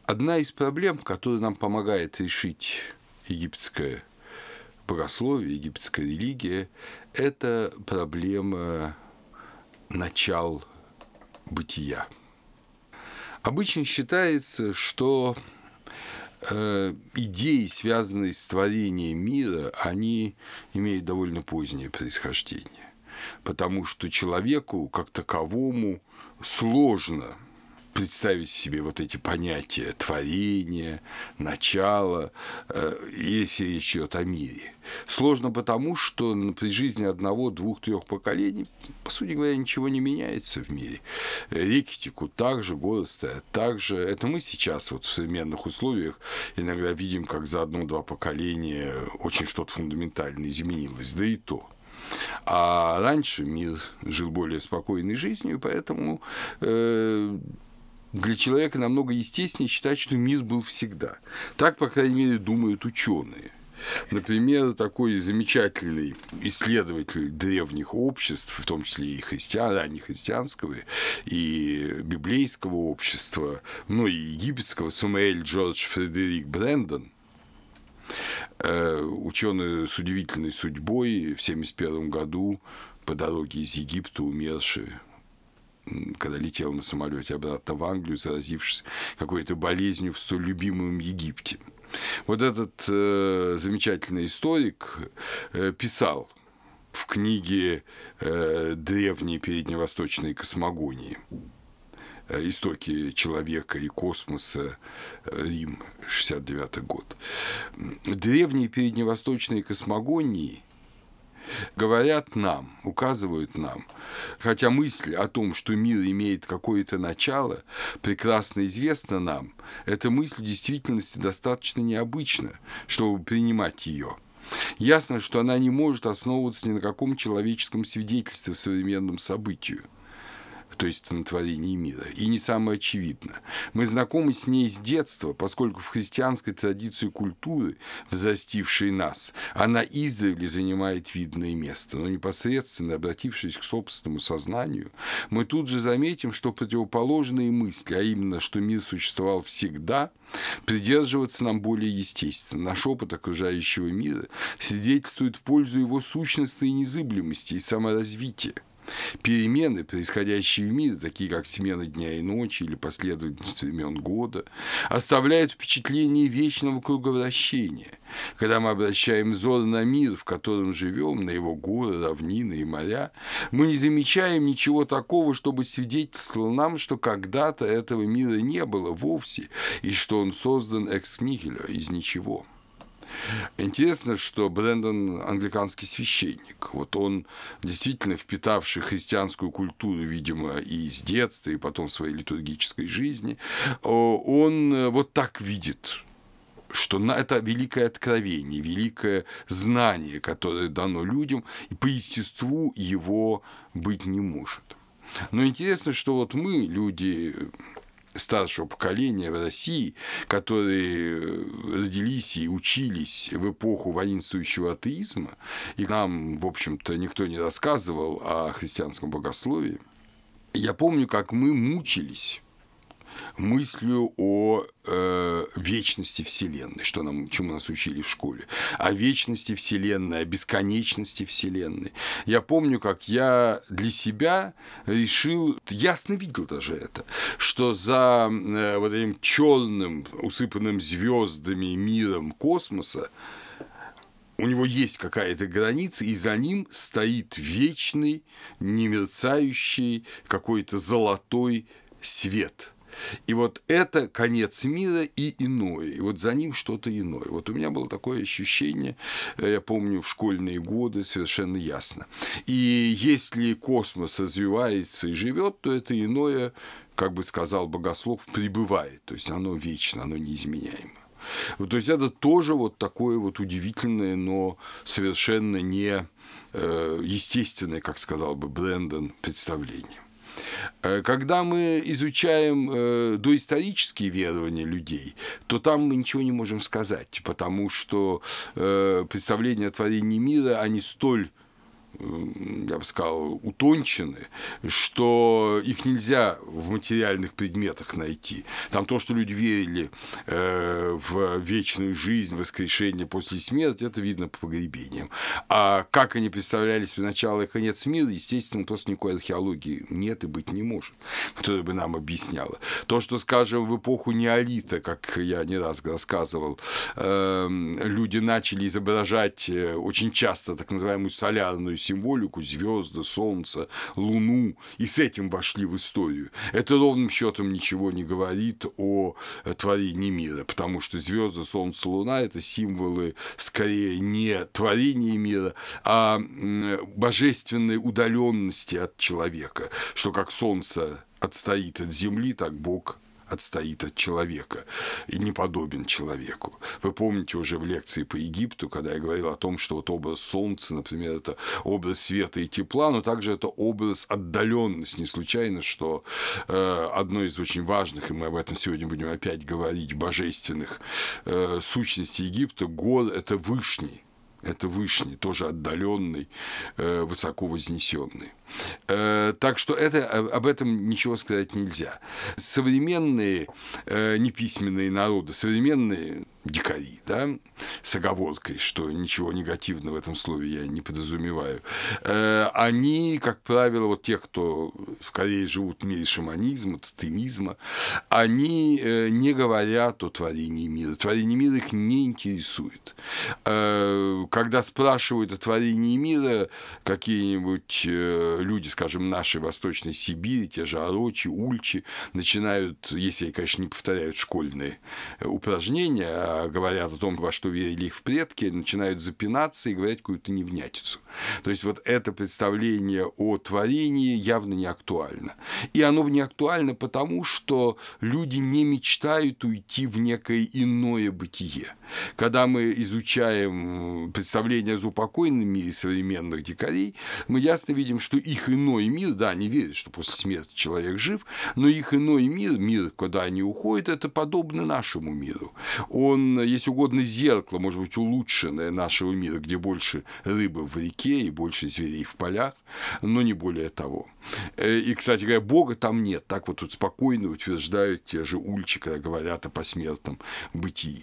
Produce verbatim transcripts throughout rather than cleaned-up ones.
Одна из проблем, которую нам помогает решить египетское богословие, египетская религия, это проблема начал бытия. Обычно считается, что э, идеи, связанные с творением мира, они имеют довольно позднее происхождение, потому что человеку как таковому сложно представить себе вот эти понятия творения, начала, э, если речь идет о мире. Сложно потому, что при жизни одного, двух, трех поколений, по сути говоря, ничего не меняется в мире. Реки текут так же, горы стоят так же. Это мы сейчас вот в современных условиях иногда видим, как за одно-два поколения очень что-то фундаментально изменилось, да и то. А раньше мир жил более спокойной жизнью, поэтому э, для человека намного естественнее считать, что мир был всегда. Так, по крайней мере, думают ученые. Например, такой замечательный исследователь древних обществ, в том числе и христиан, раннехристианского, и библейского общества, ну и египетского, Самуэль Джордж Фредерик Брэндон, ученый с удивительной судьбой, в семьдесят первом году по дороге из Египта умерший, когда летел на самолете обратно в Англию, заразившись какой-то болезнью в столь любимом Египте. Вот этот э, замечательный историк э, писал в книге э, «Древние передневосточные космогонии» «Истоки человека и космоса», Рим, шестьдесят девятый год. Древние передневосточные космогонии говорят нам, указывают нам, хотя мысль о том, что мир имеет какое-то начало, прекрасно известна нам, эта мысль в действительности достаточно необычна, чтобы принимать ее. Ясно, что она не может основываться ни на каком человеческом свидетельстве в современном событии, то есть на творении мира, и не самое очевидно. Мы знакомы с ней с детства, поскольку в христианской традиции культуры, взрастившей нас, она издревле занимает видное место, но непосредственно обратившись к собственному сознанию, мы тут же заметим, что противоположные мысли, а именно, что мир существовал всегда, придерживаться нам более естественно. Наш опыт окружающего мира свидетельствует в пользу его сущностной незыблемости и саморазвития. Перемены, происходящие в мире, такие как смена дня и ночи или последовательность времен года, оставляют впечатление вечного круговращения. Когда мы обращаем взор на мир, в котором живем, на его горы, равнины и моря, мы не замечаем ничего такого, чтобы свидетельствовало нам, что когда-то этого мира не было вовсе, и что он создан экс нихило, из ничего. Интересно, что Брэндон англиканский священник. Вот он, действительно впитавший христианскую культуру, видимо, и с детства, и потом в своей литургической жизни, он вот так видит, что это великое откровение, великое знание, которое дано людям, и по естеству его быть не может. Но интересно, что вот мы, люди старшего поколения в России, которые родились и учились в эпоху воинствующего атеизма, и нам, в общем-то, никто не рассказывал о христианском богословии, я помню, как мы мучились мыслью о э, вечности Вселенной, что нам, чему нас учили в школе, о вечности Вселенной, о бесконечности Вселенной. Я помню, как я для себя решил, ясно видел даже это, что за э, вот этим черным, усыпанным звездами миром космоса у него есть какая-то граница, и за ним стоит вечный, немерцающий какой-то золотой свет. И вот это конец мира и иное, и вот за ним что-то иное. Вот у меня было такое ощущение, я помню, в школьные годы совершенно ясно. И если космос развивается и живет, то это иное, как бы сказал богослов, пребывает, то есть оно вечно, оно неизменяемо. То есть это тоже вот такое вот удивительное, но совершенно не естественное, как сказал бы Брэндон, представление. Когда мы изучаем э, доисторические верования людей, то там мы ничего не можем сказать, потому что э, представления о творении мира, они столь я бы сказал, утончены, что их нельзя в материальных предметах найти. Там то, что люди верили э, в вечную жизнь, воскрешение после смерти, это видно по погребениям. А как они представляли себе начало и конец мира, естественно, просто никакой археологии нет и быть не может, которая бы нам объясняла. То, что, скажем, в эпоху неолита, как я не раз рассказывал, э, люди начали изображать очень часто так называемую солярную символику, звезды, солнце, луну, и с этим вошли в историю. Это ровным счетом ничего не говорит о творении мира, потому что звезды, солнце, луна – это символы скорее не творения мира, а божественной удаленности от человека, что как солнце отстоит от земли, так Бог отстоит от человека и не подобен человеку. Вы помните уже в лекции по Египту, когда я говорил о том, что вот образ солнца, например, это образ света и тепла, но также это образ отдаленности. Не случайно, что э, одно из очень важных, и мы об этом сегодня будем опять говорить, божественных э, сущностей Египта, гор – это Вышний. Это Вышний, тоже отдаленный, высоко вознесенный. Так что это, об этом ничего сказать нельзя. Современные неписьменные народы, современные дикари, да, с оговоркой, что ничего негативного в этом слове я не подразумеваю, они, как правило, вот те, кто в Корее живут в мире шаманизма, тотемизма, они не говорят о творении мира. Творение мира их не интересует. Когда спрашивают о творении мира какие-нибудь люди, скажем, нашей Восточной Сибири, те же орочи, ульчи, начинают, если они, конечно, не повторяют школьные упражнения, а говорят о том, во что верили их предки, начинают запинаться и говорить какую-то невнятицу. То есть вот это представление о творении явно не актуально. И оно не актуально потому, что люди не мечтают уйти в некое иное бытие. Когда мы изучаем представление о заупокойном мире современных дикарей, мы ясно видим, что их иной мир, да, они верят, что после смерти человек жив, но их иной мир, мир, куда они уходят, это подобно нашему миру. Он, если угодно, зеркало, может быть, улучшенное нашего мира, где больше рыбы в реке и больше зверей в полях, но не более того. И, кстати говоря, Бога там нет. Так вот тут спокойно утверждают те же ульчи, когда говорят о посмертном бытии.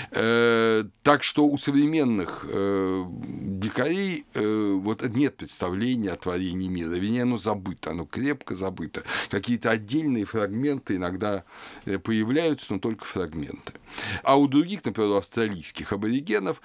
Так что у современных дикарей вот нет представления о творении мира. Вернее, оно забыто, оно крепко забыто. Какие-то отдельные фрагменты иногда появляются, но только фрагменты. А у других, например, у австралийских аборигенов,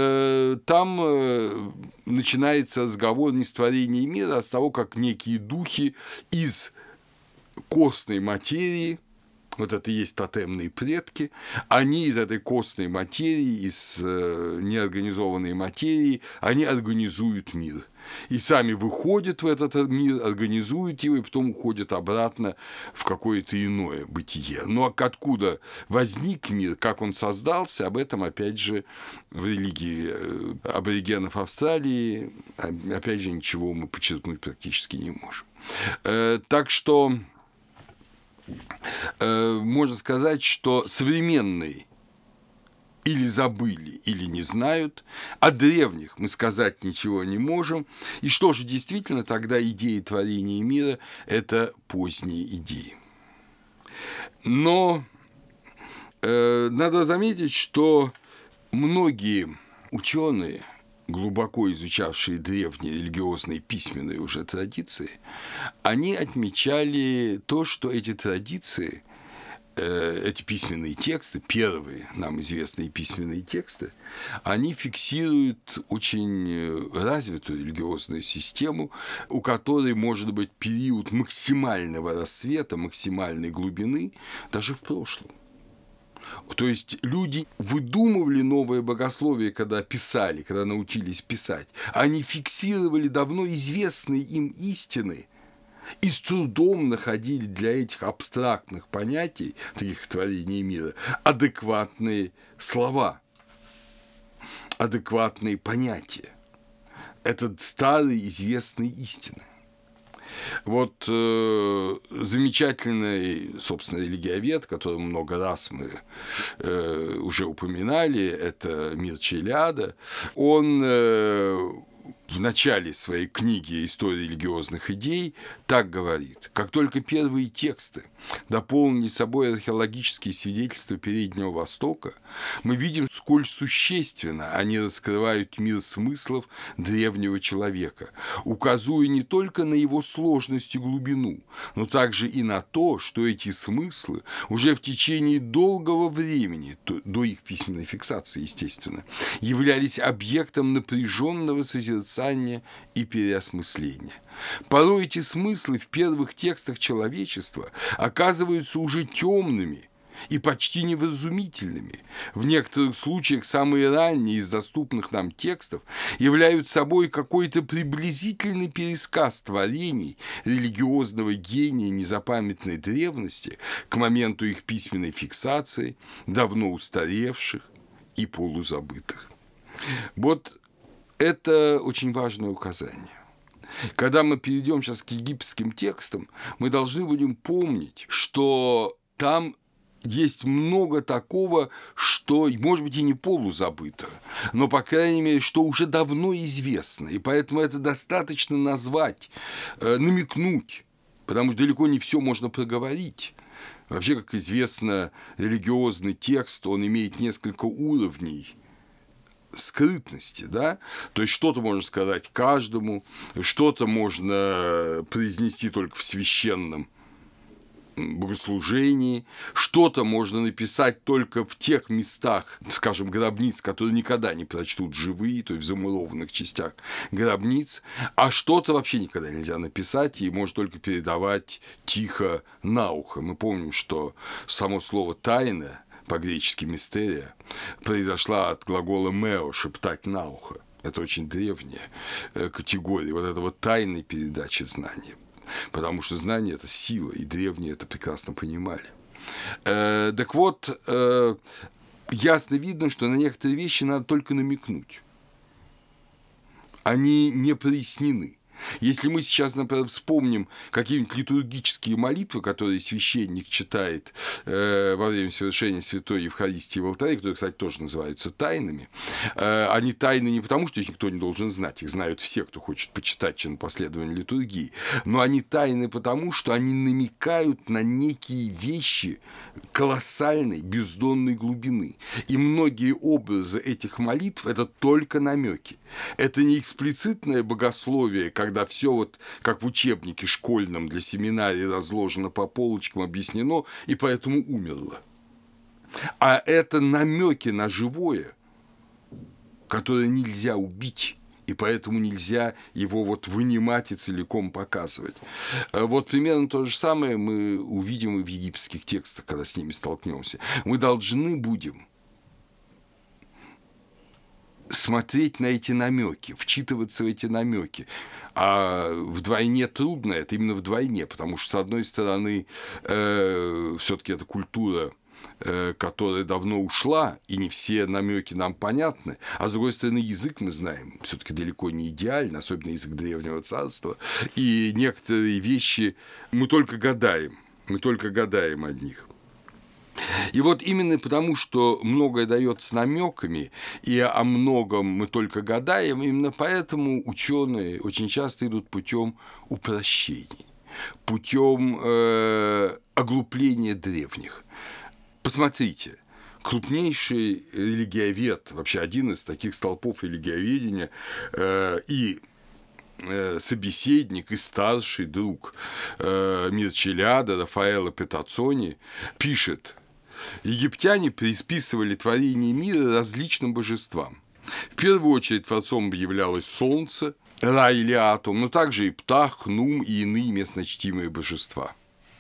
там начинается разговор не с творения мира, а с того, как некие духи из костной материи, вот это и есть тотемные предки, они из этой костной материи, из неорганизованной материи, они организуют мир. И сами выходят в этот мир, организуют его, и потом уходят обратно в какое-то иное бытие. Но откуда возник мир, как он создался, об этом, опять же, в религии аборигенов Австралии, опять же, ничего мы подчеркнуть практически не можем. Так что можно сказать, что современные или забыли, или не знают. О древних мы сказать ничего не можем. И что же действительно тогда идеи творения мира – это поздние идеи. Но э, надо заметить, что многие ученые, глубоко изучавшие древние религиозные письменные уже традиции, они отмечали то, что эти традиции, эти письменные тексты, первые нам известные письменные тексты, они фиксируют очень развитую религиозную систему, у которой может быть период максимального расцвета, максимальной глубины даже в прошлом. То есть люди выдумывали новое богословие, когда писали, когда научились писать. Они фиксировали давно известные им истины и с трудом находили для этих абстрактных понятий, таких как творение мира, адекватные слова, адекватные понятия. Это старые известные истины. Вот э, замечательный, собственно, религиовед, которого много раз мы э, уже упоминали, это Мирча Элиада, он э, в начале своей книги «История религиозных идей» так говорит: как только первые тексты дополнили собой археологические свидетельства Переднего Востока, мы видим, сколь существенно они раскрывают мир смыслов древнего человека, указывая не только на его сложность и глубину, но также и на то, что эти смыслы уже в течение долгого времени, до их письменной фиксации, естественно, являлись объектом напряженного созерцания и переосмысления. Порой эти смыслы в первых текстах человечества оказываются уже темными и почти невразумительными. В некоторых случаях самые ранние из доступных нам текстов являются собой какой-то приблизительный пересказ творений религиозного гения незапамятной древности к моменту их письменной фиксации, давно устаревших и полузабытых. Вот это очень важное указание. Когда мы перейдем сейчас к египетским текстам, мы должны будем помнить, что там есть много такого, что, может быть, и не полузабыто, но, по крайней мере, что уже давно известно, и поэтому это достаточно назвать, намекнуть, потому что далеко не все можно проговорить. Вообще, как известно, религиозный текст, он имеет несколько уровней скрытности, да, то есть что-то можно сказать каждому, что-то можно произнести только в священном богослужении, что-то можно написать только в тех местах, скажем, гробниц, которые никогда не прочтут живые, то есть в замурованных частях гробниц, а что-то вообще никогда нельзя написать и можно только передавать тихо на ухо. Мы помним, что само слово «тайна», по-гречески «мистерия», произошла от глагола «мео» – «шептать на ухо». Это очень древняя категория вот этого тайной передачи знания, потому что знание – это сила, и древние это прекрасно понимали. Э, так вот, э, ясно видно, что на некоторые вещи надо только намекнуть. Они не прояснены. Если мы сейчас, например, вспомним какие-нибудь литургические молитвы, которые священник читает э, во время совершения Святой Евхаристии в алтаре, которые, кстати, тоже называются тайными, э, они тайны не потому, что их никто не должен знать, их знают все, кто хочет почитать чинопоследование литургии, но они тайны потому, что они намекают на некие вещи колоссальной, бездонной глубины. И многие образы этих молитв – это только намеки. Это не эксплицитное богословие, когда все вот как в учебнике школьном для семинарии разложено по полочкам, объяснено, и поэтому умерло. А это намеки на живое, которое нельзя убить, и поэтому нельзя его вот вынимать и целиком показывать. Вот примерно то же самое мы увидим и в египетских текстах, когда с ними столкнемся. Мы должны будем смотреть на эти намеки, вчитываться в эти намеки. А вдвойне трудно, это именно вдвойне, потому что, с одной стороны, э, все-таки это культура, э, которая давно ушла, и не все намеки нам понятны, а с другой стороны, язык мы знаем, все-таки далеко не идеальный, особенно язык Древнего Царства, и некоторые вещи мы только гадаем, мы только гадаем от них. И вот именно потому, что многое дается намеками, и о многом мы только гадаем, именно поэтому ученые очень часто идут путем упрощений, путем э, оглупления древних. Посмотрите, крупнейший религиовед, вообще один из таких столпов религиоведения, э, и собеседник и старший друг э, Мирчелиада Рафаэлло Петацони пишет: египтяне присписывали творение мира различным божествам. В первую очередь творцом являлось солнце, Ра или Атом, но также и Птах, Хнум и иные местночтимые божества.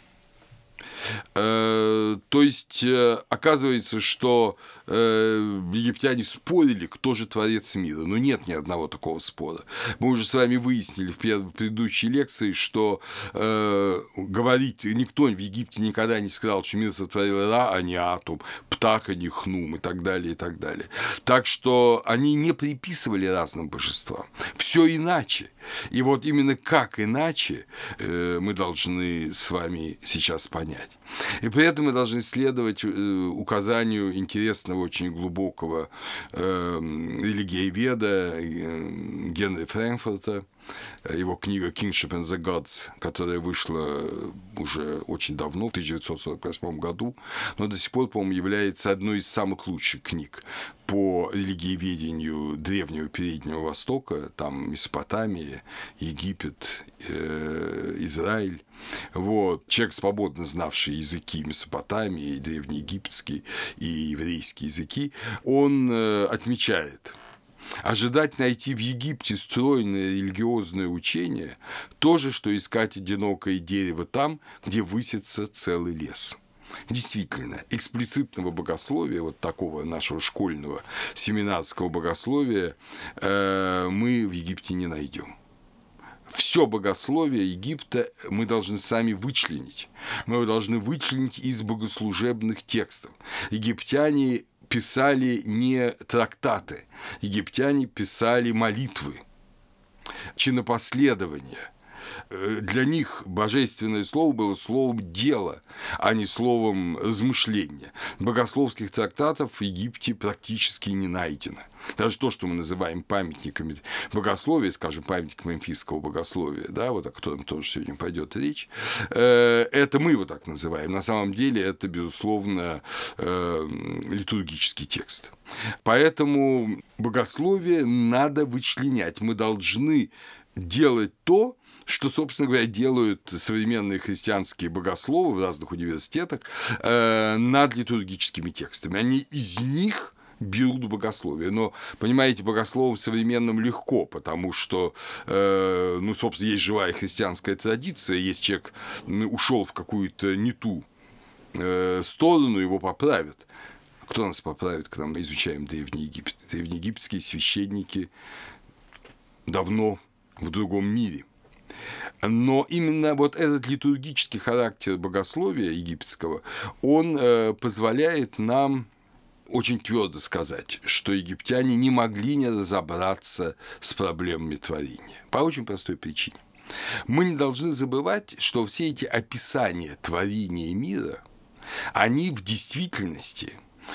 То есть, оказывается, что египтяне спорили, кто же творец мира. Но нет ни одного такого спора. Мы уже с вами выяснили в предыдущей лекции, что э, говорить никто в Египте никогда не сказал, что мир сотворил Ра, а не Атом, Птах, а не Хнум и так далее, и так далее. Так что они не приписывали разным божествам. Все иначе. И вот именно как иначе э, мы должны с вами сейчас понять. И при этом мы должны следовать э, указанию интересного, очень глубокого э, религиоведа э, Генри Фрэнкфурта, его книга «Kingship and the Gods», которая вышла уже очень давно, в тысяча девятьсот сорок восьмом году, но до сих пор, по-моему, является одной из самых лучших книг по религиоведению Древнего Переднего Востока, там Месопотамия, Египет, э, Израиль. Вот. Человек, свободно знавший языки Месопотамии, древнеегипетский и еврейский языки, он э, отмечает: ожидать найти в Египте стройное религиозное учение – то же, что искать одинокое дерево там, где высится целый лес. Действительно, эксплицитного богословия, вот такого нашего школьного семинарского богословия, э, мы в Египте не найдем. Все богословие Египта мы должны сами вычленить. Мы его должны вычленить из богослужебных текстов. Египтяне писали не трактаты, египтяне писали молитвы, чинопоследования. Для них божественное слово было словом дела, а не словом размышления. Богословских трактатов в Египте практически не найдено. Даже то, что мы называем памятниками богословия, скажем, памятник мемфисского богословия, да, вот о котором тоже сегодня пойдет речь, это мы его так называем. На самом деле это, безусловно, литургический текст. Поэтому богословие надо вычленять. Мы должны делать то, что, собственно говоря, делают современные христианские богословы в разных университетах э, над литургическими текстами. Они из них берут богословие. Но, понимаете, богословам современным легко, потому что, э, ну, собственно, есть живая христианская традиция, если человек ушел в какую-то не ту э, сторону, его поправят. Кто нас поправит, когда мы изучаем Древний Египет? Древнеегипетские священники давно в другом мире. Но именно вот этот литургический характер богословия египетского, он э, позволяет нам очень твердо сказать, что египтяне не могли не разобраться с проблемами творения. По очень простой причине. Мы не должны забывать, что все эти описания творения мира, они в действительности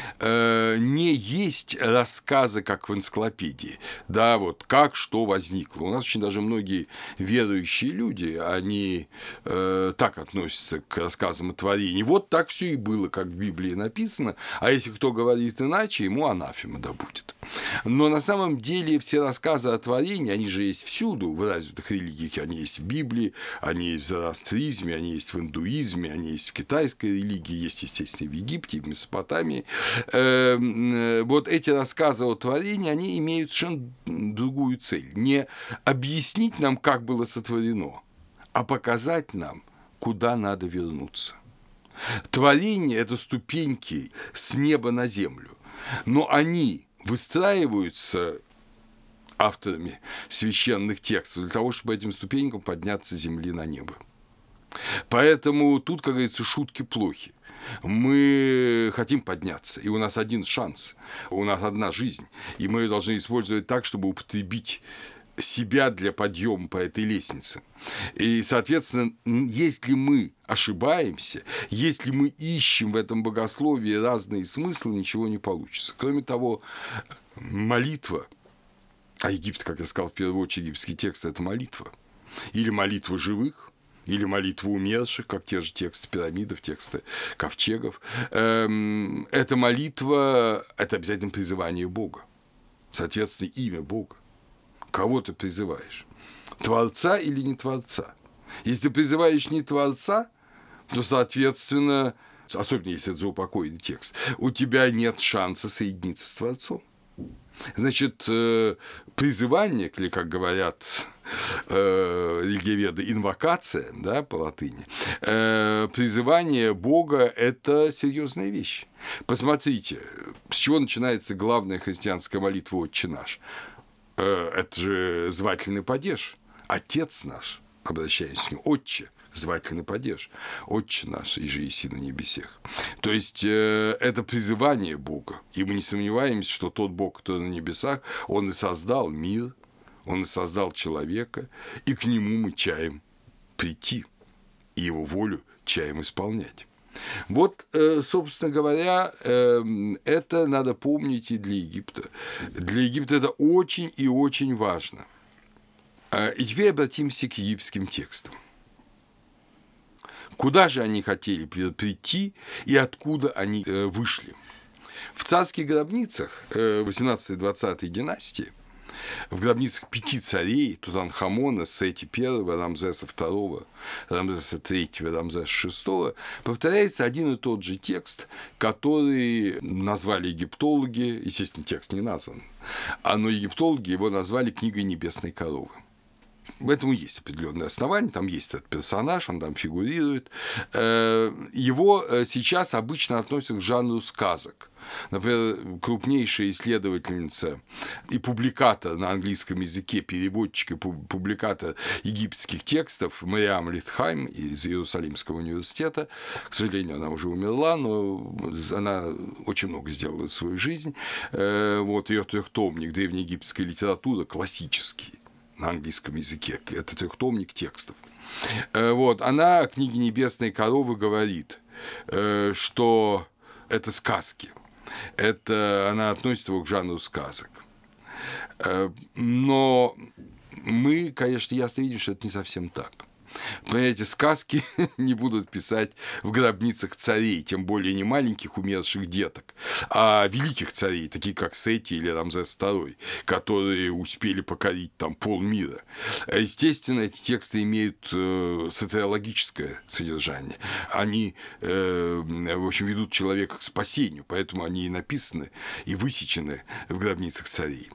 не есть рассказы, как в энциклопедии, да, вот как что возникло. У нас очень даже многие верующие люди, они э, так относятся к рассказам о творении. Вот так все и было, как в Библии написано, а если кто говорит иначе, ему анафема да будет. Но на самом деле все рассказы о творении, они же есть всюду, в развитых религиях, они есть в Библии, они есть в зороастризме, они есть в индуизме, они есть в китайской религии, есть, естественно, в Египте, в Месопотамии. Вот эти рассказы о творении, они имеют совершенно другую цель. Не объяснить нам, как было сотворено, а показать нам, куда надо вернуться. Творение – это ступеньки с неба на землю, но они выстраиваются авторами священных текстов для того, чтобы этим ступенькам подняться с земли на небо. Поэтому тут, как говорится, шутки плохи. Мы хотим подняться, и у нас один шанс, у нас одна жизнь, и мы ее должны использовать так, чтобы употребить себя для подъема по этой лестнице. И, соответственно, если мы ошибаемся, если мы ищем в этом богословии разные смыслы, ничего не получится. Кроме того, молитва, а Египет, как я сказал, в первую очередь египетский текст – это молитва, или молитва живых, или молитва умерших, как те же тексты пирамидов, тексты ковчегов. Эта молитва – это обязательно призывание Бога, соответственно, имя Бога. Кого ты призываешь? Творца или не Творца? Если ты призываешь не Творца, то, соответственно, особенно если это заупокоенный текст, у тебя нет шанса соединиться с Творцом. Значит, призывание, или, как говорят религиоведы, инвокация, да, по латыни, призывание Бога – это серьезная вещь. Посмотрите, с чего начинается главная христианская молитва «Отче наш». Это же звательный падеж. Отец наш, обращаясь к нему, Отче, звательный падеж, Отче наш, иже еси на небесех. То есть, э, это призывание Бога. И мы не сомневаемся, что тот Бог, который на небесах, Он и создал мир, Он и создал человека, и к нему мы чаем прийти, и его волю чаем исполнять. Вот, собственно говоря, это надо помнить и для Египта. Для Египта это очень и очень важно. И теперь обратимся к египетским текстам. Куда же они хотели прийти и откуда они вышли? В царских гробницах восемнадцатой-двадцатой династии, в гробницах пяти царей Тутанхамона, Сети первого, Рамзеса второго, Рамзеса третьего, Рамзеса шестого повторяется один и тот же текст, который назвали египтологи, естественно, текст не назван, но египтологи его назвали «Книгой небесной коровы». В этом есть определенные основания, там есть этот персонаж, он там фигурирует. Его сейчас обычно относят к жанру сказок. Например, крупнейшая исследовательница и публикатор на английском языке, переводчик и публикатор египетских текстов Мариам Литхайм из Иерусалимского университета, к сожалению, она уже умерла, но она очень много сделала в свою жизнь. Вот ее трехтомник древнеегипетской литературы, классический, на английском языке, это трехтомник текстов. Вот, она в книге «Небесной коровы» говорит, что это сказки. Это она относит его к жанру сказок. Но мы, конечно, ясно видим, что это не совсем так. Понимаете, сказки не будут писать в гробницах царей, тем более не маленьких умерших деток, а великих царей, такие как Сети или Рамзес второй, которые успели покорить там полмира. Естественно, эти тексты имеют э, сатирологическое содержание. Они, э, в общем, ведут человека к спасению, поэтому они и написаны, и высечены в гробницах царей.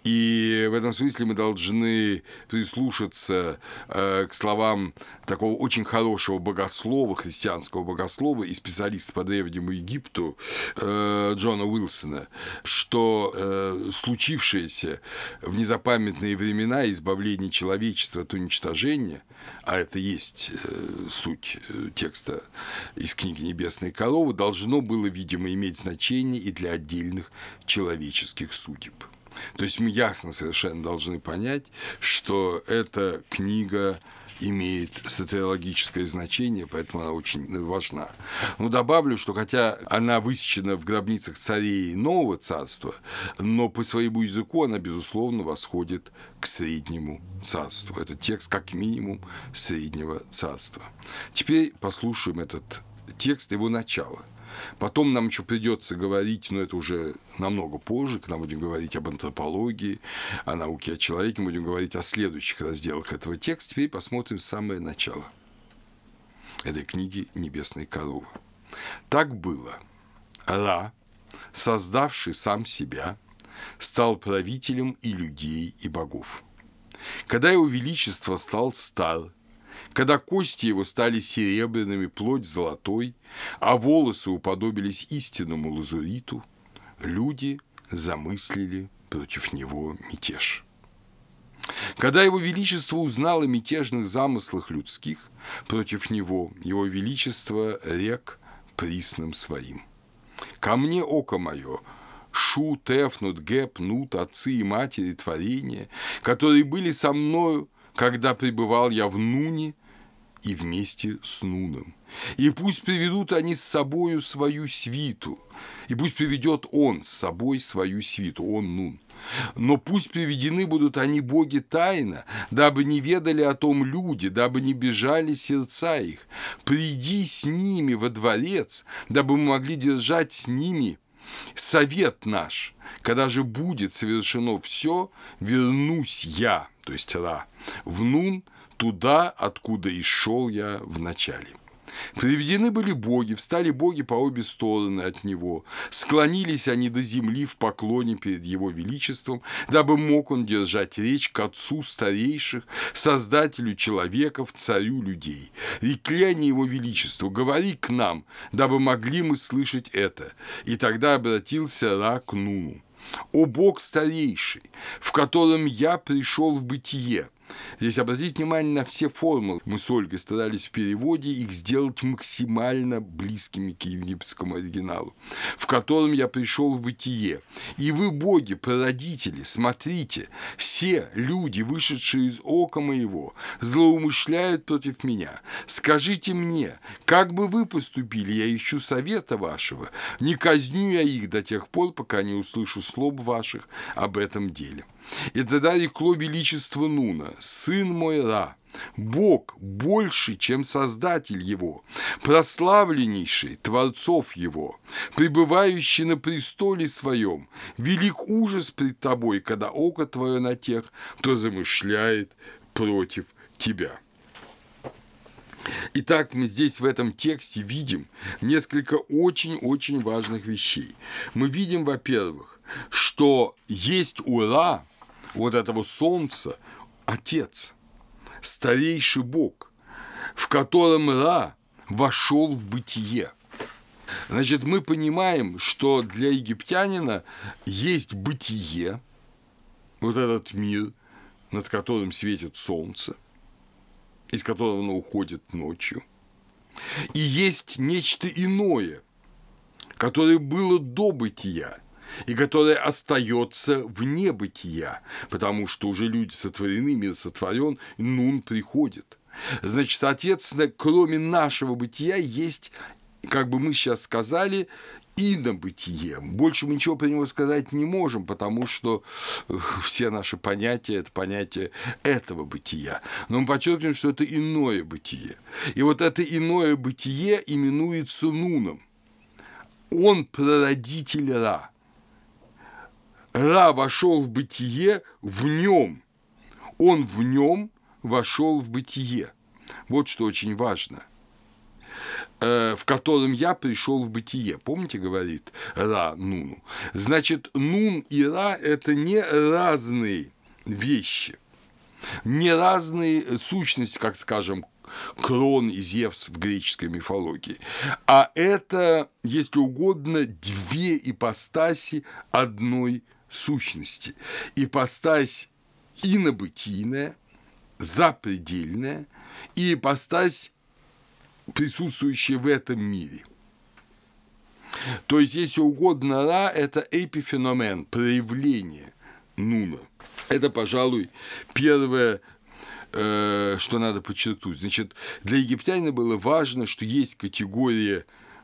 И в этом смысле мы должны прислушаться э, к словам такого очень хорошего богослова, христианского богослова и специалиста по Древнему Египту э, Джона Уилсона, что э, случившееся в незапамятные времена избавление человечества от уничтожения, а это есть э, суть текста из книги «Небесной коровы», должно было, видимо, иметь значение и для отдельных человеческих судеб. То есть мы ясно совершенно должны понять, что эта книга имеет сатирологическое значение, поэтому она очень важна. Но добавлю, что хотя она высечена в гробницах царей Нового царства, но по своему языку она, безусловно, восходит к Среднему царству. Это текст, как минимум, Среднего царства. Теперь послушаем этот текст, его начало. Потом нам еще придется говорить, но это уже намного позже, когда мы будем говорить об антропологии, о науке о человеке, мы будем говорить о следующих разделах этого текста. Теперь посмотрим самое начало этой книги «Небесной коровы». Так было. Ра, создавший сам себя, стал правителем и людей, и богов. Когда его величество стал стар, когда кости его стали серебряными, плоть золотой, а волосы уподобились истинному лазуриту, люди замыслили против него мятеж. Когда его величество узнало о мятежных замыслах людских против него, его величество рек присным своим: «Ко мне, око мое, Шу, Теф, Нут, Геп, Нут, отцы и матери творения, которые были со мною, когда пребывал я в Нуне и вместе с Нуном. И пусть приведут они с собою свою свиту, и пусть приведет он с собой свою свиту, он Нун. Но пусть приведены будут они боги тайно, дабы не ведали о том люди, дабы не бежали сердца их. Приди с ними во дворец, дабы мы могли держать с ними совет наш. Когда же будет совершено все, вернусь я, то есть Ра, в Нун, туда, откуда и шел я в начале. Приведены были боги, встали боги по обе стороны от него, склонились они до земли в поклоне перед его величеством, дабы мог он держать речь к отцу старейших, создателю человеков, царю людей. Рекли они его величеству: говори к нам, дабы могли мы слышать это. И тогда обратился Ра к Нуну: «О Бог старейший, в котором я пришел в бытие, Здесь обратите внимание на все формулы. Мы с Ольгой старались в переводе их сделать максимально близкими к египетскому оригиналу, в котором я пришел в бытие. И вы, боги, прародители, смотрите, все люди, вышедшие из ока моего, злоумышляют против меня. Скажите мне, как бы вы поступили, я ищу совета вашего, не казню я их до тех пор, пока не услышу слов ваших об этом деле. И тогда рекло величество Нуна: сын мой Ра, Бог больше, чем Создатель его, прославленнейший Творцов его, пребывающий на престоле своем, велик ужас пред тобой, когда око твое на тех, кто замышляет против тебя. Итак, мы здесь в этом тексте видим несколько очень-очень важных вещей. Мы видим, во-первых, что есть у Ра, вот этого солнца, Отец, старейший Бог, в котором Ра вошел в бытие. Значит, мы понимаем, что для египтянина есть бытие, вот этот мир, над которым светит солнце, из которого оно уходит ночью, и есть нечто иное, которое было до бытия, и которое остается вне бытия, потому что уже люди сотворены, мир сотворен, Нун приходит. Значит, соответственно, кроме нашего бытия есть, как бы мы сейчас сказали, инобытие. Больше мы ничего про него сказать не можем, потому что все наши понятия – это понятие этого бытия. Но мы подчеркиваем, что это иное бытие. И вот это иное бытие именуется Нуном. Он прародитель Ра. Ра вошел в бытие в нем. Он в нем вошел в бытие. Вот что очень важно. В котором я пришел в бытие. Помните, говорит Ра Нуну? Значит, Нун и Ра – это не разные вещи, не разные сущности, как, скажем, Крон и Зевс в греческой мифологии, а это, если угодно, две ипостаси одной сущности. Ипостась инобытийная, запредельная, и ипостась, присутствующая в этом мире. То есть, если угодно, Ра – это эпифеномен, проявление Нуна. Это, пожалуй, первое, э, что надо подчеркнуть. Значит, для египтянина было важно, что есть категория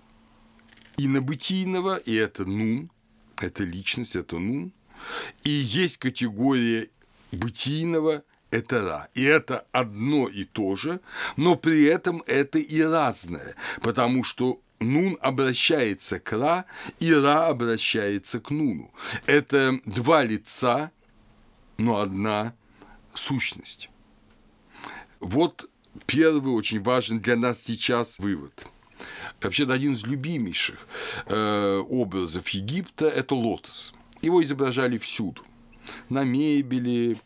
инобытийного, и это Нун, это личность, это Нун, и есть категория бытийного, это Ра. И это одно и то же, но при этом это и разное, потому что Нун обращается к Ра, и Ра обращается к Нуну. Это два лица, но одна сущность. Вот первый очень важный для нас сейчас вывод. Вообще, один из любимейших э, образов Египта – это лотос. Его изображали всюду. На мебели,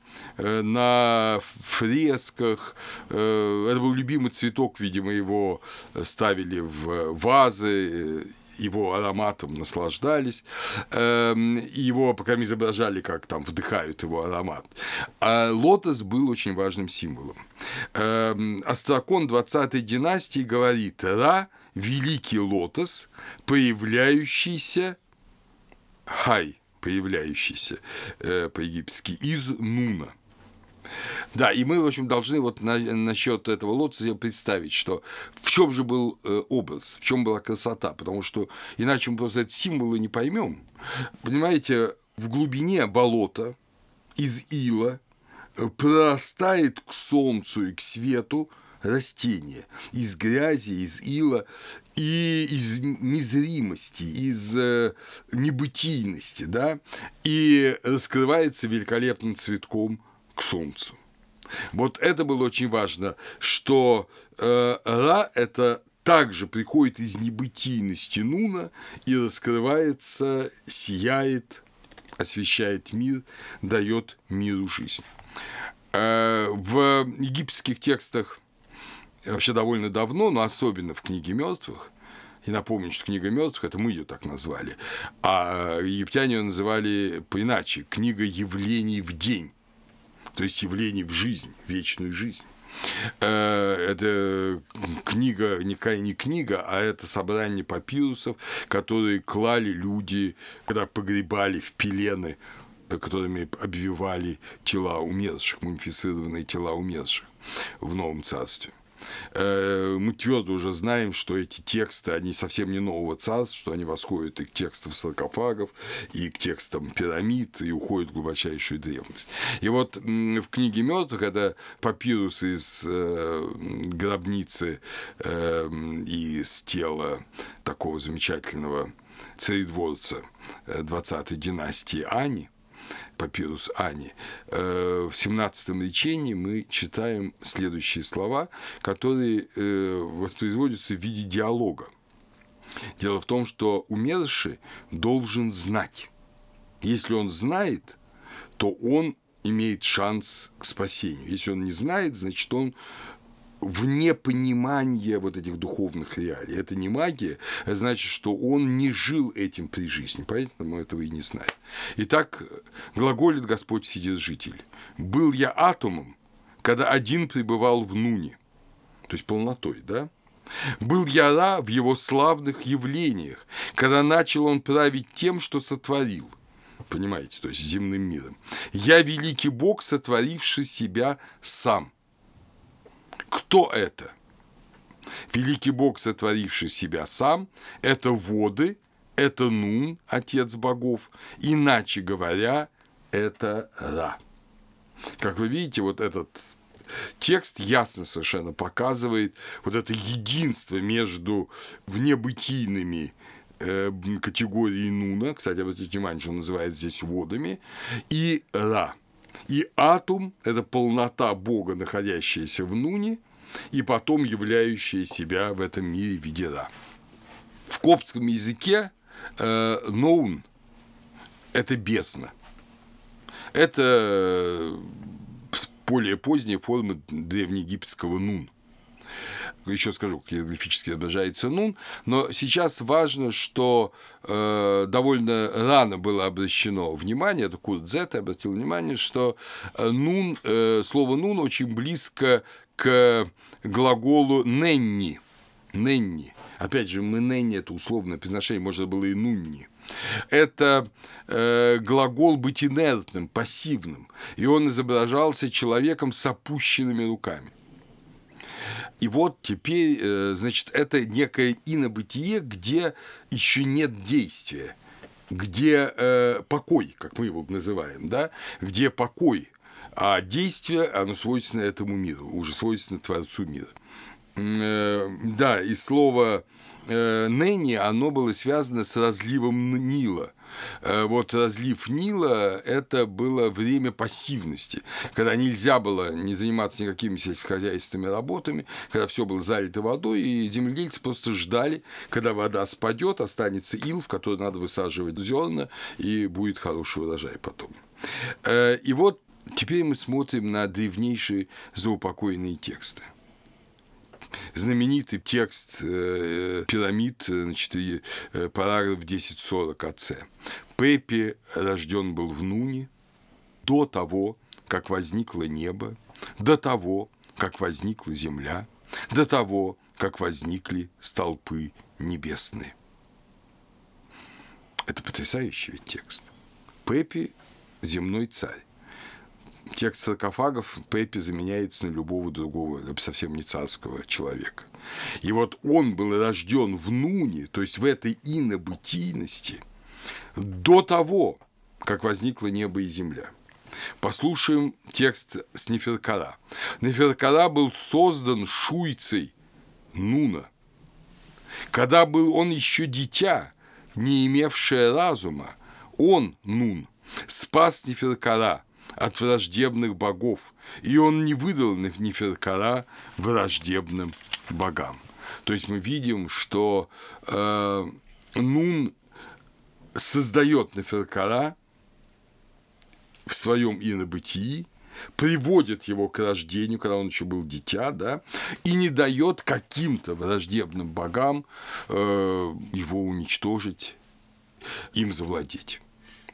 на фресках. Это был любимый цветок, видимо, его ставили в вазы, его ароматом наслаждались, его пока изображали, как там вдыхают его аромат. А лотос был очень важным символом. Острокон двадцатой династии говорит: Ра – великий лотос, появляющийся хай, появляющийся э, по-египетски из Нуна. Да, и мы, в общем, должны вот на, насчет этого лотоса представить, что в чем же был э, образ, в чем была красота, потому что иначе мы просто эти символы не поймем. Понимаете, в глубине болота из ила прорастает к солнцу и к свету растение из грязи, из ила и из незримости, из небытийности, да, и раскрывается великолепным цветком к солнцу. Вот это было очень важно, что э, Ра – это также приходит из небытийности Нуна и раскрывается, сияет, освещает мир, дает миру жизнь. Э, в египетских текстах вообще довольно давно, но особенно в книге мертвых, и напомню, что книга мертвых – это мы ее так назвали, а египтяне ее называли поиначе – книга явлений в день. то есть явление в жизнь, в вечную жизнь. Это книга, никакая не книга, а это собрание папирусов, которые клали люди, когда погребали в пелены, которыми обвивали тела умерших, мумифицированные тела умерших в Новом Царстве. Мы твердо уже знаем, что эти тексты, они совсем не Нового Царства, что они восходят и к текстам саркофагов, и к текстам пирамид, и уходят в глубочайшую древность. И вот в книге мертвых это папирус из гробницы и из тела такого замечательного царедворца двадцатой династии Ани, папирус Ани, в семнадцатом речении мы читаем следующие слова, которые воспроизводятся в виде диалога. Дело в том, что умерший должен знать. Если он знает, то он имеет шанс к спасению. Если он не знает, значит, он вне понимания вот этих духовных реалий. Это не магия, это значит, что он не жил этим при жизни, поэтому этого и не знает. Итак, глаголит Господь Вседержитель: «Был я атомом, когда один пребывал в нуне», то есть полнотой, да? «Был я Ра в его славных явлениях, когда начал он править тем, что сотворил». Понимаете, то есть земным миром. «Я великий Бог, сотворивший себя сам». Кто это? Великий Бог, сотворивший себя сам, это воды, это Нун, отец богов, иначе говоря, это Ра. Как вы видите, вот этот текст ясно совершенно показывает вот это единство между внебытийными категорией Нуна, кстати, обратите внимание, что он называет здесь водами, и Ра. И атум – это полнота Бога, находящаяся в Нуне, и потом являющая себя в этом мире в виде Ра. В коптском языке э, Ноун – это бездна. Это более поздняя форма древнеегипетского Нун. Еще скажу, как иероглифически отображается Нун, но сейчас важно, что э, довольно рано было обращено внимание, это Курт Зетте обратил внимание, что нун, э, слово Нун очень близко к глаголу ненни. Ненни. Опять же, мы ненни – это условное произношение, можно было и нунни. Это э, глагол быть инертным, пассивным, и он изображался человеком с опущенными руками. И вот теперь, значит, это некое инобытие, где еще нет действия, где э, покой, как мы его называем, да, где покой, а действие, оно свойственно этому миру, уже свойственно Творцу мира. Э, да, и слово э, «нени», оно было связано с разливом Нила. Вот разлив Нила – это было время пассивности, когда нельзя было не заниматься никакими сельскохозяйственными работами, когда все было залито водой, и земледельцы просто ждали, когда вода спадет, останется ил, в который надо высаживать зерна, и будет хороший урожай потом. И вот теперь мы смотрим на древнейшие заупокойные тексты. Знаменитый текст э, пирамид, значит, э, параграф десять сорок АЦ. Пепи рожден был в Нуне до того, как возникло небо, до того, как возникла земля, до того, как возникли столпы небесные. Это потрясающий ведь текст. Пепи – земной царь. Текст саркофагов Пепи заменяется на любого другого, совсем не царского человека. И вот он был рожден в Нуне, то есть в этой инобытийности, до того, как возникло небо и земля. Послушаем текст с Неферкара. Неферкара был создан шуйцей Нуна. Когда был он еще дитя, не имевшее разума, он, Нун, спас Неферкара от враждебных богов, и он не выдал Неферкара враждебным богам. То есть мы видим, что э, Нун создает Неферкара в своем инобытии, приводит его к рождению, когда он еще был дитя, да, и не дает каким-то враждебным богам э, его уничтожить, им завладеть.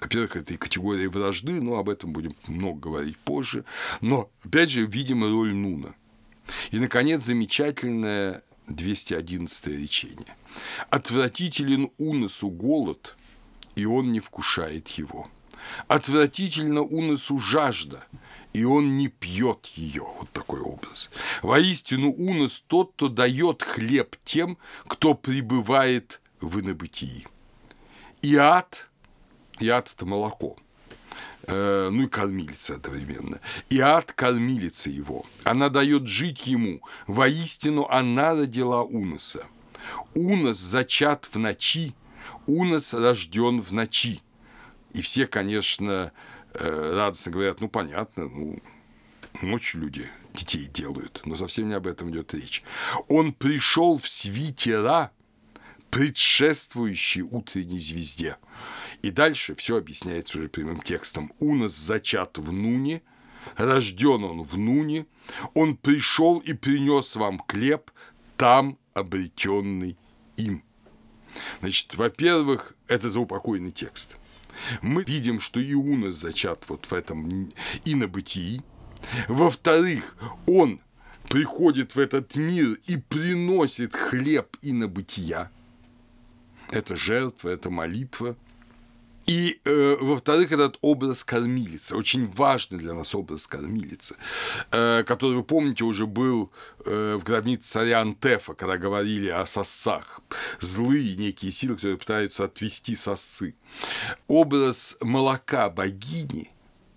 Во-первых, это и категория вражды, но об этом будем много говорить позже. Но, опять же, видим роль Нуна. И, наконец, замечательное двести одиннадцатое речение. «Отвратителен Уносу голод, и он не вкушает его. Отвратительно Уносу жажда, и он не пьет ее». Вот такой образ. «Воистину Унос тот, кто дает хлеб тем, кто пребывает в инобытии. И ад, и ад – это молоко, э, ну и кормилица одновременно. И ад – кормилица его. Она дает жить ему. Воистину она родила Уноса. Унос зачат в ночи, Унос рожден в ночи». И все, конечно, радостно говорят: ну, понятно, ну, ночью люди детей делают, но совсем не об этом идет речь. «Он пришел в свите Ра, предшествующей утренней звезде». И дальше все объясняется уже прямым текстом. «Унос зачат в Нуне, рожден он в Нуне, он пришел и принес вам хлеб, там обретенный им». Значит, во-первых, это заупокойный текст. Мы видим, что и Унос зачат вот в этом инобытии. Во-вторых, он приходит в этот мир и приносит хлеб инобытия. Это жертва, это молитва. И, э, во-вторых, этот образ кормилицы, очень важный для нас образ кормилицы, э, который, вы помните, уже был э, в гробнице царя Антефа, когда говорили о сосцах, злые некие силы, которые пытаются отвести сосцы. Образ молока богини,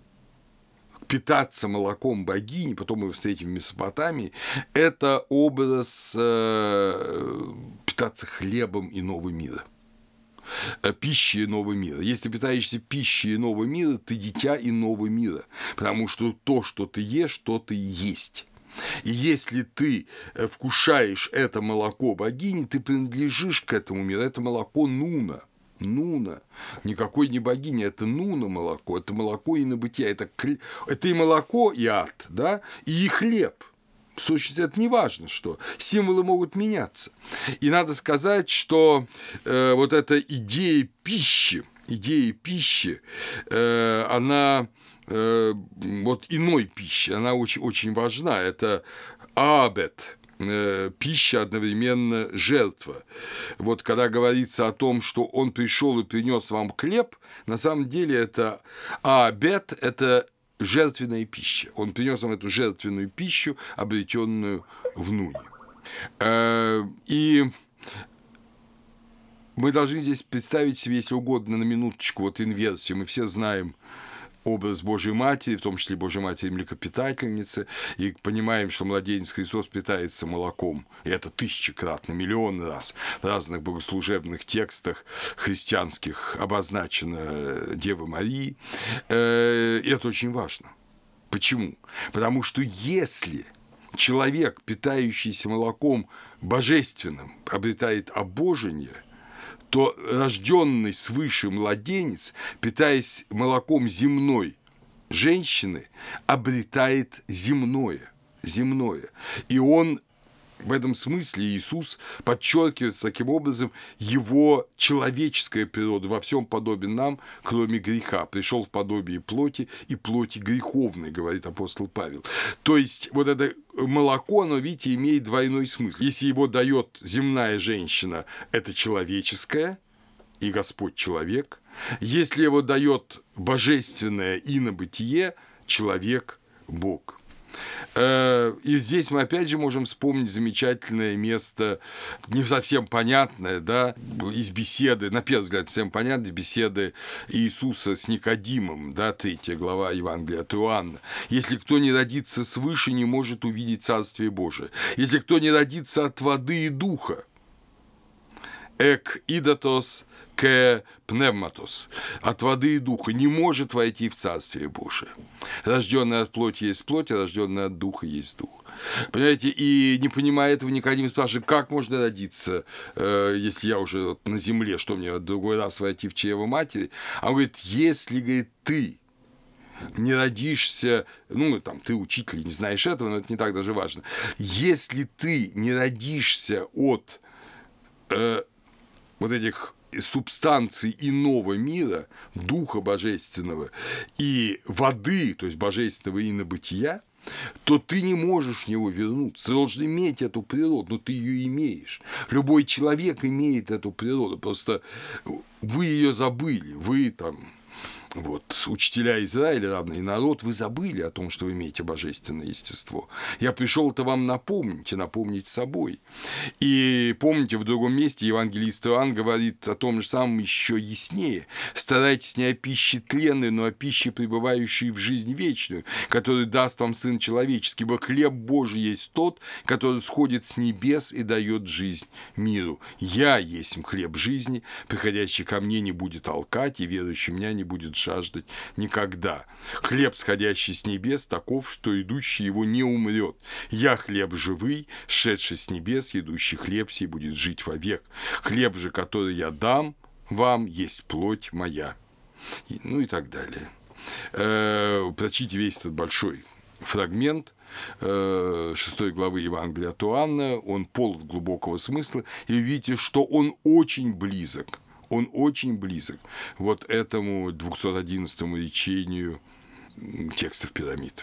питаться молоком богини, потом мы встретим в Месопотамии, это образ э, питаться хлебом иного мира. Пищей иного мира. Если питаешься пищей иного мира, ты дитя иного мира, потому что то, что ты ешь, то ты и есть. И если ты вкушаешь это молоко богини, ты принадлежишь к этому миру. Это молоко Нуна. Нуна. Никакой не богиня, это Нуна молоко, это молоко инобытия, это, это и молоко, и ад, да, и хлеб. В сущности, это не важно, что символы могут меняться. И надо сказать, что э, вот эта идея пищи, идея пищи, э, она э, вот иной пищи, она очень, очень важна. Это абет, э, пища одновременно жертва. Вот когда говорится о том, что он пришел и принес вам хлеб, на самом деле это абет, это жертвенная пища. Он принес нам эту жертвенную пищу, обретенную в Нуне. И мы должны здесь представить себе, если угодно, на минуточку, вот инверсию. Мы все знаем образ Божьей Матери, в том числе Божьей Матери Млекопитательницы, и понимаем, что младенец Христос питается молоком, и это тысячекратно, миллион раз в разных богослужебных текстах христианских обозначено Девы Марии. И это очень важно. Почему? Потому что если человек, питающийся молоком божественным, обретает обожение, то рожденный свыше младенец, питаясь молоком земной женщины, обретает земное, земное. И он, в этом смысле Иисус подчеркивает таким образом его человеческая природа, во всем подобен нам, кроме греха. Пришел в подобие плоти и плоти греховной, говорит апостол Павел. То есть вот это молоко, оно, видите, имеет двойной смысл. Если его дает земная женщина, это человеческое, и Господь человек. Если его дает божественное инобытие, человек Бог. И здесь мы опять же можем вспомнить замечательное место, не совсем понятное, да, из беседы, на первый взгляд, совсем понятно, беседы Иисуса с Никодимом, да, третья глава Евангелия от Иоанна. «Если кто не родится свыше, не может увидеть Царствие Божие. Если кто не родится от воды и духа, эк идатос к пневматос, от воды и духа, не может войти в Царствие Божие. Рожденный от плоти есть плоть, а рожденный от духа есть дух». Понимаете, и не понимая этого, Никодим спрашивает, как можно родиться, э, если я уже вот на земле, что мне в другой раз войти в чрево матери? А он говорит, если, говорит, ты не родишься, ну, там, ты учитель, не знаешь этого, но это не так даже важно. Если ты не родишься от э, вот этих субстанций иного мира, Духа Божественного и воды, то есть божественного инобытия, то ты не можешь в него вернуться. Ты должен иметь эту природу, но ты ее имеешь. Любой человек имеет эту природу, просто вы ее забыли, вы там... Вот, учителя Израиля, равный народ, вы забыли о том, что вы имеете божественное естество. Я пришел это вам напомнить и напомнить собой. И помните, в другом месте евангелист Иоанн говорит о том же самом еще яснее. Старайтесь не о пище тленной, но о пище, пребывающей в жизнь вечную, которую даст вам Сын Человеческий, ибо хлеб Божий есть тот, который сходит с небес и дает жизнь миру. Я есть хлеб жизни, приходящий ко мне не будет алкать, и верующий в меня не будет жаждать никогда. Хлеб, сходящий с небес, таков, что идущий его не умрет. Я хлеб живый, сшедший с небес, идущий хлеб сей будет жить вовек. Хлеб же, который я дам вам, есть плоть моя. И, ну и так далее. Э, прочтите весь этот большой фрагмент э, шестой главы Евангелия от Иоанна. Он полон глубокого смысла, и видите, что он очень близок. Он очень близок вот этому двухсот одиннадцатому речению текстов пирамид.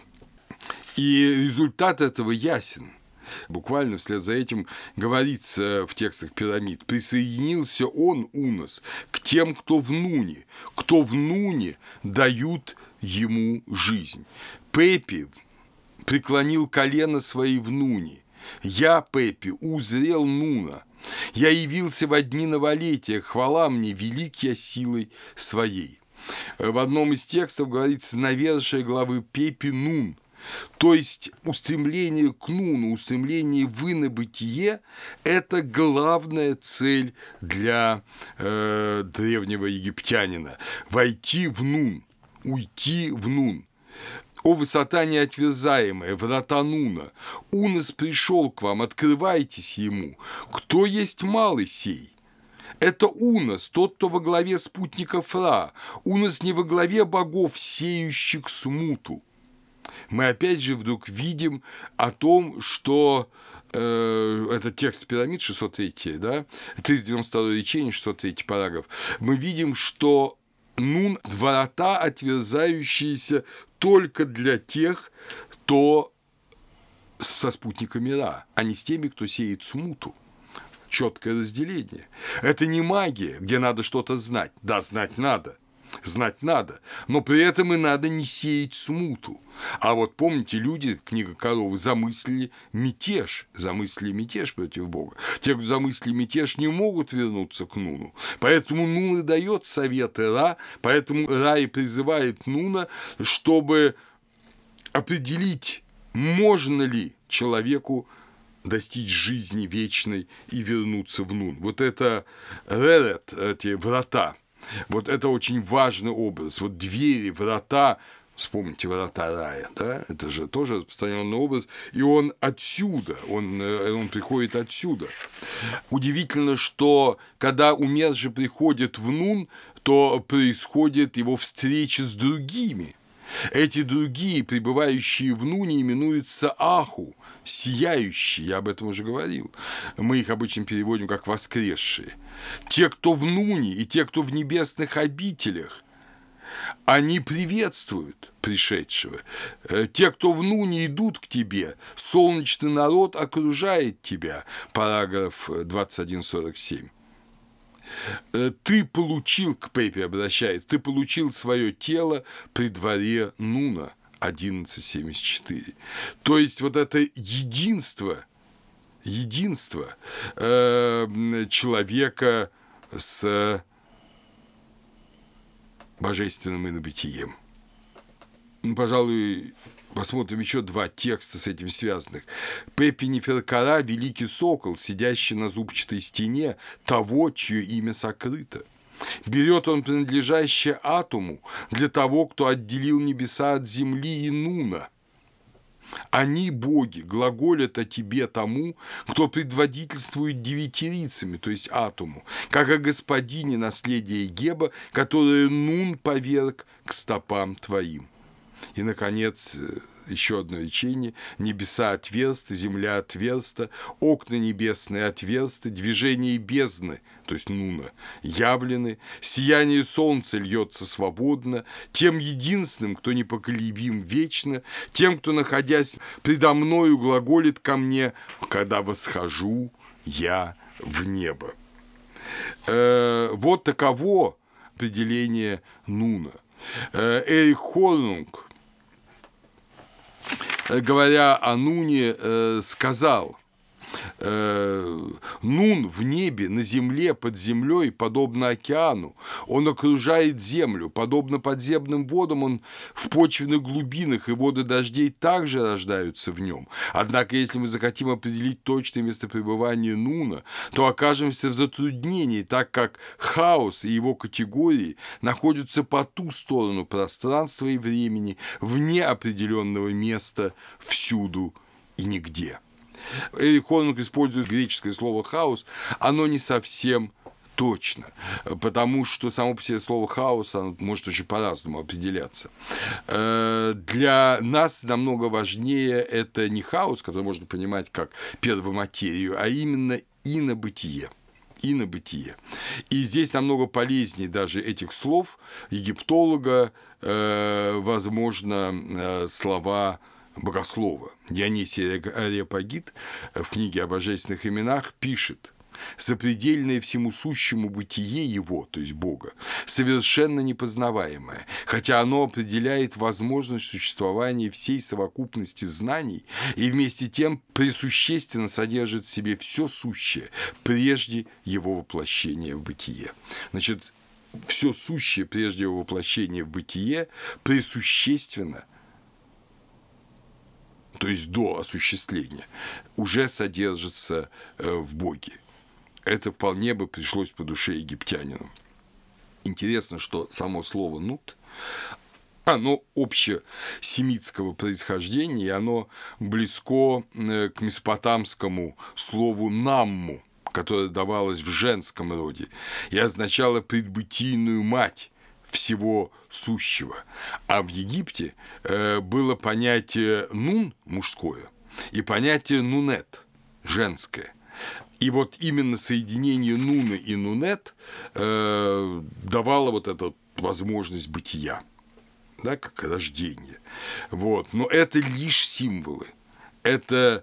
И результат этого ясен. Буквально вслед за этим говорится в текстах пирамид: «Присоединился он, Унос, к тем, кто в Нуне, кто в Нуне дают ему жизнь. Пепи преклонил колено свои в Нуне. Я, Пепи, узрел Нуна. Я явился во дни новолетия, хвала мне, велик я силой своей». В одном из текстов говорится навершие главы Пепи Нун. То есть устремление к Нуну, устремление в инобытие – это главная цель для э, древнего египтянина – войти в Нун, уйти в Нун. «О высота неотверзаемая, врата Нуна! Унос пришел к вам, открывайтесь ему! Кто есть малый сей?» Это Унос, тот, кто во главе спутников Ра. Унос не во главе богов, сеющих смуту. Мы опять же вдруг видим о том, что э, этот текст пирамид шестьсот три, да, триста девяносто второе речение, шестьсот третий параграф, мы видим, что Нун – врата, отверзающиеся только для тех, кто со спутниками Ра, а не с теми, кто сеет смуту. Четкое разделение. Это не магия, где надо что-то знать. Да, знать надо. Знать надо, но при этом и надо не сеять смуту. А вот помните, люди, книга Коровы, замыслили мятеж, замыслили мятеж против Бога. Те, кто замыслили мятеж, не могут вернуться к Нуну. Поэтому Нун и дает советы Ра, поэтому Ра и призывает Нуна, чтобы определить, можно ли человеку достичь жизни вечной и вернуться в Нун. Вот это Ререт, эти врата. Вот это очень важный образ. Вот двери, врата, вспомните врата рая, да? Это же тоже распространенный образ, и он отсюда, он, он приходит отсюда. Удивительно, что когда умерший приходит в Нун, то происходит его встреча с другими. Эти другие, пребывающие в Нуне, именуются Аху, сияющие, я об этом уже говорил. Мы их обычно переводим как воскресшие. Те, кто в Нуне, и те, кто в небесных обителях, они приветствуют пришедшего. Те, кто в Нуне, идут к тебе, солнечный народ окружает тебя. Параграф двадцать один сорок семь. Ты получил, к Пепе обращает, ты получил свое тело при дворе Нуна, одиннадцать семьдесят четыре. То есть вот это единство, единство э, человека с божественным инобытием. Пожалуй, посмотрим еще два текста с этим связанных. «Пепи Неферкара – великий сокол, сидящий на зубчатой стене того, чье имя сокрыто. Берет он принадлежащее Атому для того, кто отделил небеса от земли и Нуна. Они, боги, глаголят о тебе тому, кто предводительствует девятирицами, то есть Атому, как о господине наследия Геба, которое Нун поверг к стопам твоим». И, наконец, еще одно речение: «Небеса отверсты, земля отверста, окна небесные отверсты, движение бездны», то есть Нуна, явлены, сияние солнца льется свободно, тем единственным, кто непоколебим вечно, тем, кто, находясь предо мною, глаголит ко мне, когда восхожу я в небо. Э, вот таково определение Нуна. Э, Эрих Хорнунг, говоря о Нуне, э, сказал: «Нун в небе, на земле, под землей, подобно океану. Он окружает землю, подобно подземным водам, он в почвенных глубинах, и воды дождей также рождаются в нем. Однако, если мы захотим определить точное местопребывание Нуна, то окажемся в затруднении, так как хаос и его категории находятся по ту сторону пространства и времени, вне определенного места, всюду и нигде». Эрих Хорнунг использует греческое слово «хаос», оно не совсем точно, потому что само по себе слово «хаос» оно может очень по-разному определяться. Для нас намного важнее это не хаос, который можно понимать как первоматерию, а именно инобытие. Инобытие. И здесь намного полезнее даже этих слов египтолога, возможно, слова богослова. Дионисий Ареопагит в книге о божественных именах пишет: «Запредельное всему сущему бытие его, то есть Бога, совершенно непознаваемое, хотя оно определяет возможность существования всей совокупности знаний и вместе тем пресущественно содержит в себе все сущее прежде его воплощения в бытие». Значит, все сущее прежде его воплощения в бытие пресущественно, то есть до осуществления, уже содержится в Боге. Это вполне бы пришлось по душе египтянину. Интересно, что само слово «нут», оно общесемитского происхождения, и оно близко к месопотамскому слову «намму», которое давалось в женском роде и означало предбытийную мать всего сущего. А в Египте э, было понятие «нун» мужское и понятие «нунет» женское. И вот именно соединение «нуна» и «нунет» э, давало вот эту возможность бытия, да, как рождение. Вот. Но это лишь символы. Это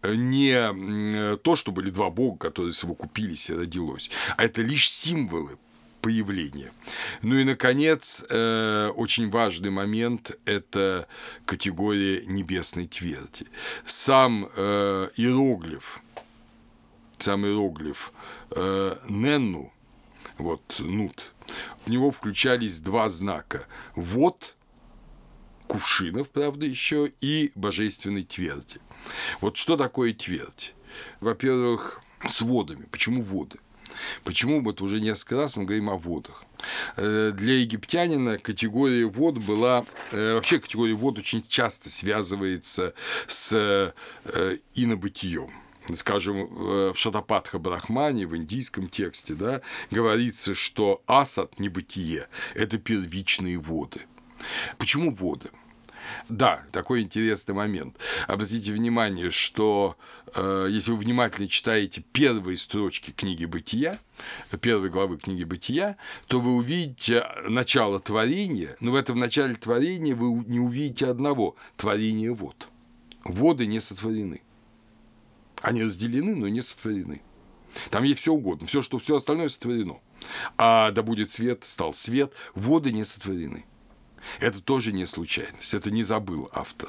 не то, что были два бога, которые совокупились и родилось, а это лишь символы появления. Ну и, наконец, очень важный момент – это категория небесной тверди. Сам иероглиф, сам иероглиф Ненну, вот, нут, в него включались два знака – вод, кувшинов, правда, еще, и божественной тверди. Вот что такое твердь? Во-первых, с водами. Почему воды? Почему вот уже несколько раз мы говорим о водах? Для египтянина категория вод была... Вообще категория вод очень часто связывается с инобытием. Скажем, в Шатапатха Брахмане, в индийском тексте, да, говорится, что асад, небытие – это первичные воды. Почему воды? Да, такой интересный момент. Обратите внимание, что э, если вы внимательно читаете первые строчки книги «Бытия», первой главы книги «Бытия», то вы увидите начало творения, но в этом начале творения вы не увидите одного – творения вод. Воды не сотворены. Они разделены, но не сотворены. Там есть все угодно, все, что все остальное сотворено. А да будет свет, стал свет, воды не сотворены. Это тоже не случайность, это не забыл автор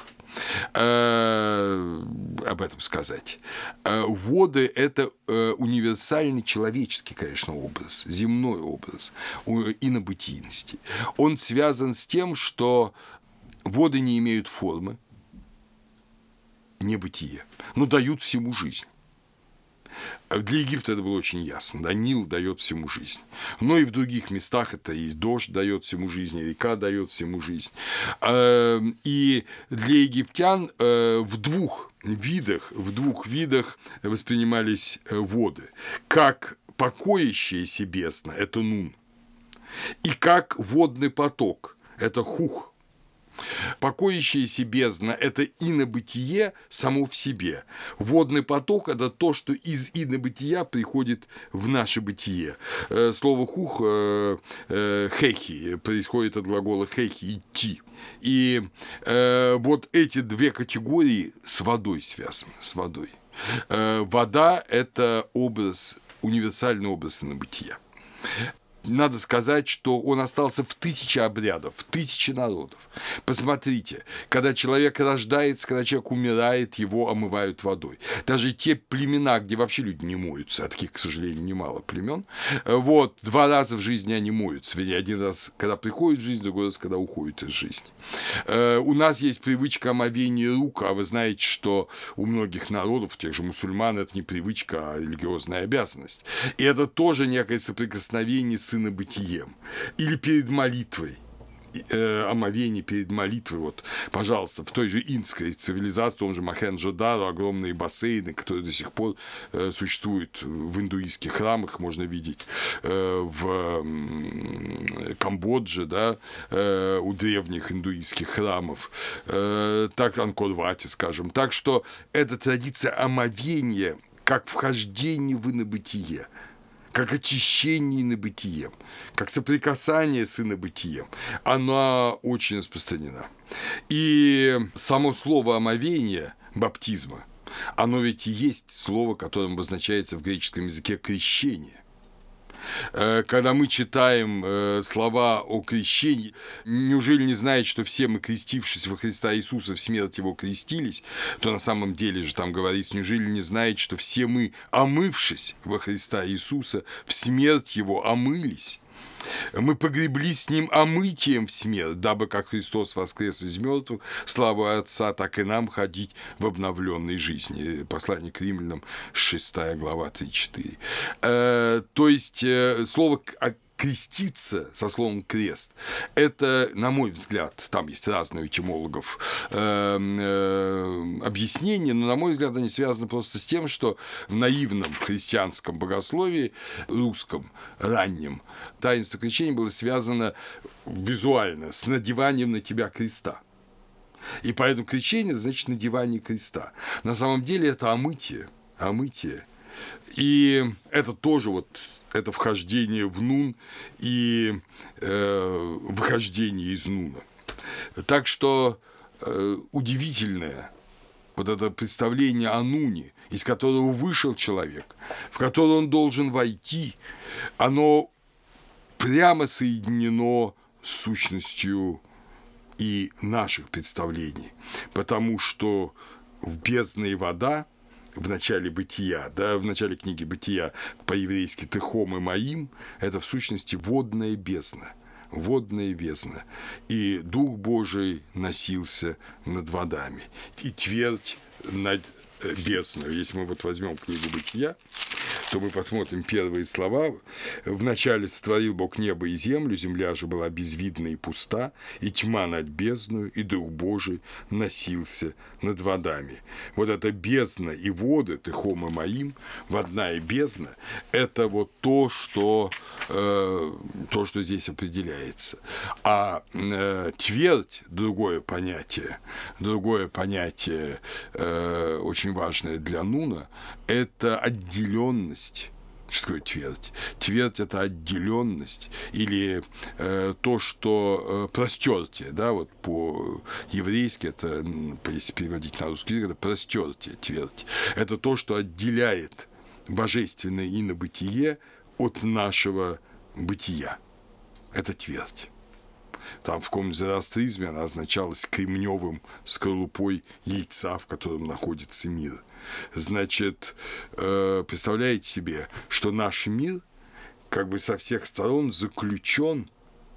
об этом сказать. Воды – это универсальный человеческий, конечно, образ, земной образ инобытийности. Он связан с тем, что воды не имеют формы, небытие, но дают всему жизнь. Для Египта это было очень ясно. Да, Нил дает всему жизнь. Но и в других местах это и дождь дает всему жизнь, и река дает всему жизнь. И для египтян в двух видах, в двух видах воспринимались воды. Как покоящаяся бездна – это Нун. И как водный поток – это Хух. Покоящаяся бездна – это инобытие само в себе. Водный поток – это то, что из инобытия приходит в наше бытие. Слово «хух» – «хехи» происходит от глагола «хехи» – «идти». И э, вот эти две категории с водой связаны, с водой. Э, вода – это образ, универсальный образ инобытия. Надо сказать, что он остался в тысячи обрядов, в тысячи народов. Посмотрите, когда человек рождается, когда человек умирает, его омывают водой. Даже те племена, где вообще люди не моются, а таких, к сожалению, немало племен, вот, два раза в жизни они моются. Вернее, один раз, когда приходят в жизнь, другой раз, когда уходят из жизни. У нас есть привычка омовения рук, а вы знаете, что у многих народов, тех же мусульман, это не привычка, а религиозная обязанность. И это тоже некое соприкосновение с инобытием. Или перед молитвой. Э, омовение перед молитвой. Вот, пожалуйста, в той же инской цивилизации, в том же Мохенджо-Даро, огромные бассейны, которые до сих пор э, существуют в индуистских храмах, можно видеть э, в э, Камбодже, да, э, у древних индуистских храмов, э, так Анкор-Вате, скажем. Так что эта традиция омовения как вхождение в инобытие, как очищение инобытием, как соприкасание с инобытием, она очень распространена. И само слово омовение, баптизма, оно ведь и есть слово, которым обозначается в греческом языке крещение. Когда мы читаем слова о крещении, неужели не знаете, что все мы, крестившись во Христа Иисуса, в смерть Его крестились, то на самом деле же там говорится, неужели не знаете, что все мы, омывшись во Христа Иисуса, в смерть Его омылись? Мы погребли с Ним омытием в смерть, дабы как Христос воскрес из мертвых, славу Отца, так и нам ходить в обновленной жизни. Послание к Римлянам, шестая глава, три-четыре. Э, то есть э, слово креститься со словом крест, это, на мой взгляд, там есть разные у этимологов э, э, объяснения, но, на мой взгляд, они связаны просто с тем, что в наивном христианском богословии, русском, раннем, таинство крещения было связано визуально с надеванием на тебя креста. И поэтому крещение значит надевание креста. На самом деле это омытие, омытие. И это тоже вот это вхождение в нун и э, выхождение из нуна. Так что э, удивительное вот это представление о нуне, из которого вышел человек, в который он должен войти, оно прямо соединено с сущностью и наших представлений, потому что в бездне вода, в начале бытия, да, в начале книги бытия по-еврейски «Техом и Маим» – это в сущности водная бездна, водная бездна. И Дух Божий носился над водами, и твердь над бездной. Если мы вот возьмем книгу бытия, то мы посмотрим первые слова. «Вначале сотворил Бог небо и землю, земля же была безвидна и пуста, и тьма над бездною, и Дух Божий носился над водами». Вот эта бездна и воды, Техом и Маим, водная бездна, это вот то, что, э, то, что здесь определяется. А э, твердь, другое понятие, другое понятие, э, очень важное для нуна, это отделенность. Что такое твердь? Твердь – это отделенность или э, то, что э, простертие, да, вот по-еврейски это, если переводить на русский язык, это простертие, твердь. Это то, что отделяет божественное инобытие от нашего бытия. Это твердь. Там в каком-нибудь зороастризме она означалась кремневым скорлупой яйца, в котором находится мир. Значит, представляете себе, что наш мир как бы со всех сторон заключен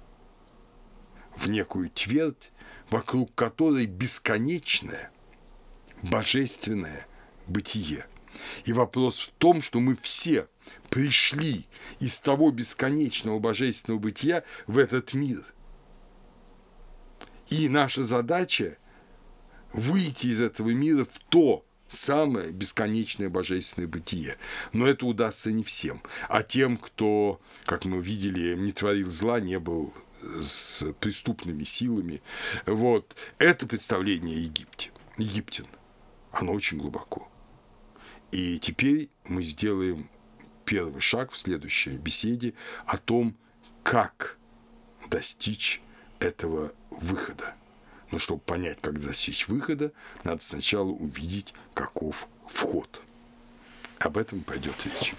в некую твердь, вокруг которой бесконечное божественное бытие. И вопрос в том, что мы все пришли из того бесконечного божественного бытия в этот мир. И наша задача выйти из этого мира в то самое бесконечное божественное бытие. Но это удастся не всем, а тем, кто, как мы видели, не творил зла, не был с преступными силами. Вот. Это представление о Египте. Египтян. Оно очень глубоко. И теперь мы сделаем первый шаг в следующей беседе о том, как достичь этого выхода. Но чтобы понять, как достичь выхода, надо сначала увидеть, каков вход. Об этом пойдет речь.